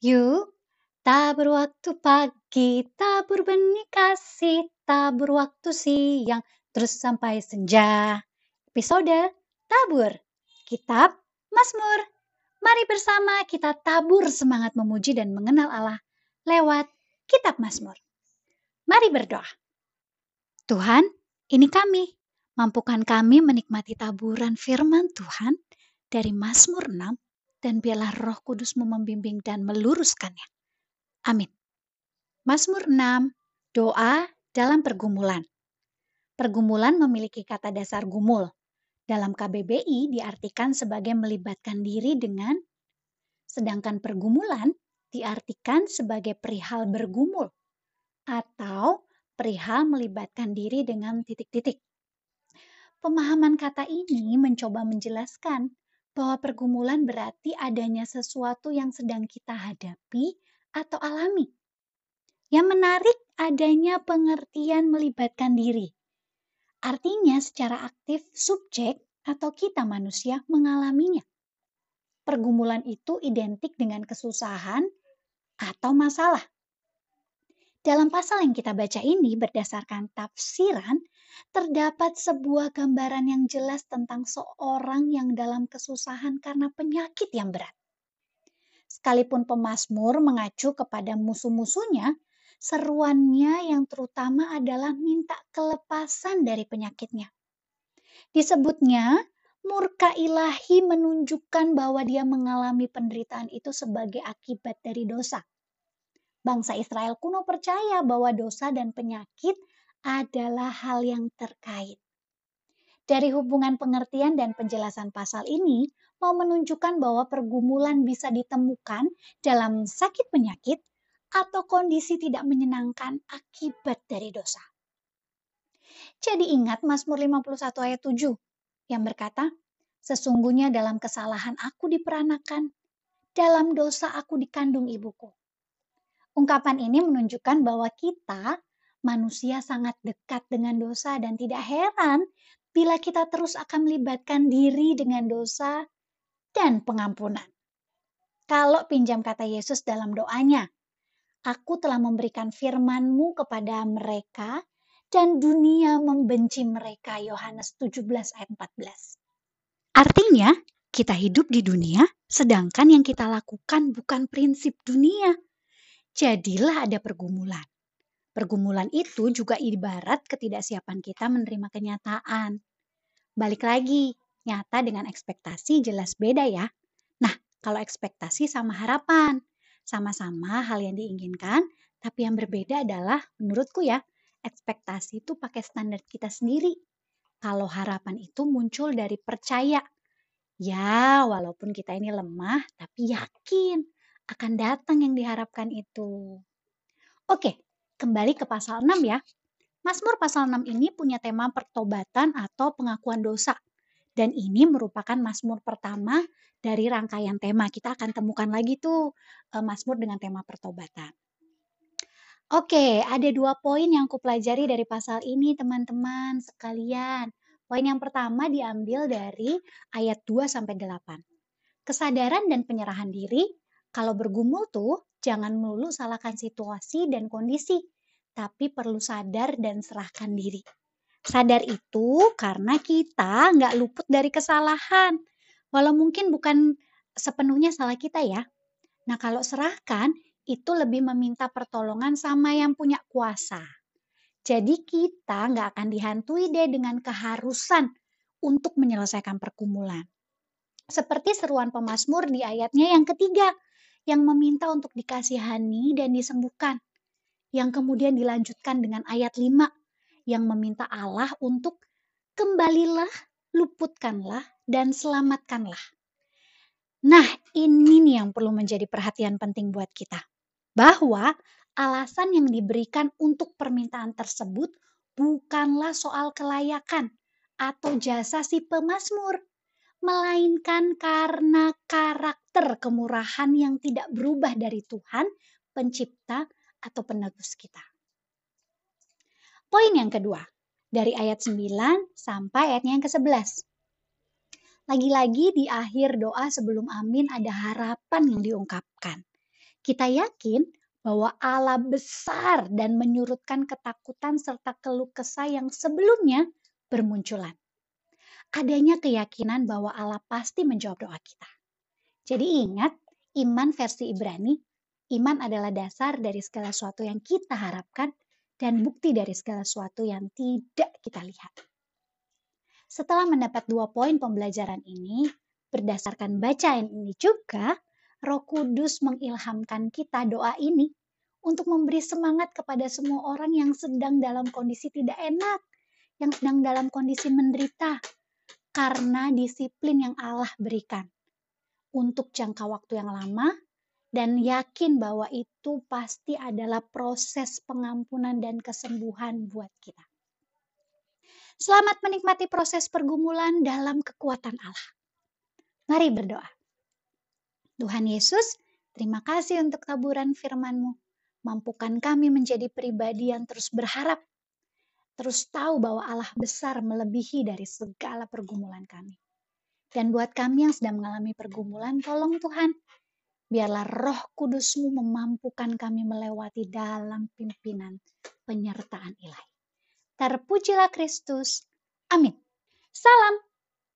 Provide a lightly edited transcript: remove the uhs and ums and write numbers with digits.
Yuk, tabur waktu pagi, tabur benih kasih, tabur waktu siang, terus sampai senja. Episode Tabur, Kitab Mazmur. Mari bersama kita tabur semangat memuji dan mengenal Allah lewat Kitab Mazmur. Mari berdoa. Tuhan, ini kami. Mampukan kami menikmati taburan firman Tuhan dari Mazmur 6 dan biarlah Roh Kudus-Mu membimbing dan meluruskannya. Amin. Mazmur 6, doa dalam pergumulan. Pergumulan memiliki kata dasar gumul. Dalam KBBI diartikan sebagai melibatkan diri dengan, sedangkan pergumulan diartikan sebagai perihal bergumul atau perihal melibatkan diri dengan titik-titik. Pemahaman kata ini mencoba menjelaskan bahwa pergumulan berarti adanya sesuatu yang sedang kita hadapi atau alami. Yang menarik adanya pengertian melibatkan diri. Artinya secara aktif subjek atau kita manusia mengalaminya. Pergumulan itu identik dengan kesusahan atau masalah. Dalam pasal yang kita baca ini berdasarkan tafsiran, terdapat sebuah gambaran yang jelas tentang seorang yang dalam kesusahan karena penyakit yang berat. Sekalipun pemazmur mengacu kepada musuh-musuhnya, seruannya yang terutama adalah minta kelepasan dari penyakitnya. Disebutnya, murka ilahi menunjukkan bahwa dia mengalami penderitaan itu sebagai akibat dari dosa. Bangsa Israel kuno percaya bahwa dosa dan penyakit adalah hal yang terkait. Dari hubungan pengertian dan penjelasan pasal ini, mau menunjukkan bahwa pergumulan bisa ditemukan dalam sakit penyakit atau kondisi tidak menyenangkan akibat dari dosa. Jadi ingat Mazmur 51 ayat 7 yang berkata, "Sesungguhnya dalam kesalahan aku diperanakan, dalam dosa aku dikandung ibuku." Ungkapan ini menunjukkan bahwa kita manusia sangat dekat dengan dosa dan tidak heran bila kita terus akan melibatkan diri dengan dosa dan pengampunan. Kalau pinjam kata Yesus dalam doanya, "Aku telah memberikan firman-Mu kepada mereka dan dunia membenci mereka." Yohanes 17 ayat 14. Artinya, kita hidup di dunia sedangkan yang kita lakukan bukan prinsip dunia. Jadilah ada pergumulan. Pergumulan itu juga ibarat ketidaksiapan kita menerima kenyataan. Balik lagi, nyata dengan ekspektasi jelas beda ya. Nah, kalau ekspektasi sama harapan, sama-sama hal yang diinginkan, tapi yang berbeda adalah menurutku ya, ekspektasi itu pakai standar kita sendiri. Kalau harapan itu muncul dari percaya. Ya, walaupun kita ini lemah, tapi yakin akan datang yang diharapkan itu. Oke, kembali ke pasal 6 ya. Mazmur pasal 6 ini punya tema pertobatan atau pengakuan dosa. Dan ini merupakan Mazmur pertama dari rangkaian tema. Kita akan temukan lagi tuh Mazmur dengan tema pertobatan. Oke, ada 2 poin yang kupelajari dari pasal ini teman-teman sekalian. Poin yang pertama diambil dari ayat 2-8. Kesadaran dan penyerahan diri, kalau bergumul tuh jangan melulu salahkan situasi dan kondisi, tapi perlu sadar dan serahkan diri. Sadar itu karena kita nggak luput dari kesalahan, walau mungkin bukan sepenuhnya salah kita ya. Nah kalau serahkan, itu lebih meminta pertolongan sama yang punya kuasa. Jadi kita nggak akan dihantui deh dengan keharusan untuk menyelesaikan pergumulan. Seperti seruan pemazmur di ayatnya yang ketiga, yang meminta untuk dikasihani dan disembuhkan. Yang kemudian dilanjutkan dengan ayat 5, yang meminta Allah untuk kembalilah, luputkanlah, dan selamatkanlah. Nah, ini nih yang perlu menjadi perhatian penting buat kita. Bahwa alasan yang diberikan untuk permintaan tersebut bukanlah soal kelayakan atau jasa si pemazmur, melainkan karena karakter kemurahan yang tidak berubah dari Tuhan, pencipta atau penebus kita. Poin yang kedua, dari ayat 9 sampai ayatnya yang ke-11. Lagi-lagi di akhir doa sebelum amin ada harapan yang diungkapkan. Kita yakin bahwa Allah besar dan menyurutkan ketakutan serta keluh kesah yang sebelumnya bermunculan. Adanya keyakinan bahwa Allah pasti menjawab doa kita. Jadi ingat, iman versi Ibrani, iman adalah dasar dari segala sesuatu yang kita harapkan dan bukti dari segala sesuatu yang tidak kita lihat. Setelah mendapat 2 poin pembelajaran ini, berdasarkan bacaan ini juga, Roh Kudus mengilhamkan kita doa ini untuk memberi semangat kepada semua orang yang sedang dalam kondisi tidak enak, yang sedang dalam kondisi menderita, karena disiplin yang Allah berikan untuk jangka waktu yang lama, dan yakin bahwa itu pasti adalah proses pengampunan dan kesembuhan buat kita. Selamat menikmati proses pergumulan dalam kekuatan Allah. Mari berdoa. Tuhan Yesus, terima kasih untuk taburan firman-Mu. Mampukan kami menjadi pribadi yang terus berharap, terus tahu bahwa Allah besar melebihi dari segala pergumulan kami. Dan buat kami yang sedang mengalami pergumulan, tolong Tuhan, biarlah Roh Kudus-Mu memampukan kami melewati dalam pimpinan penyertaan ilahi. Terpujilah Kristus. Amin. Salam.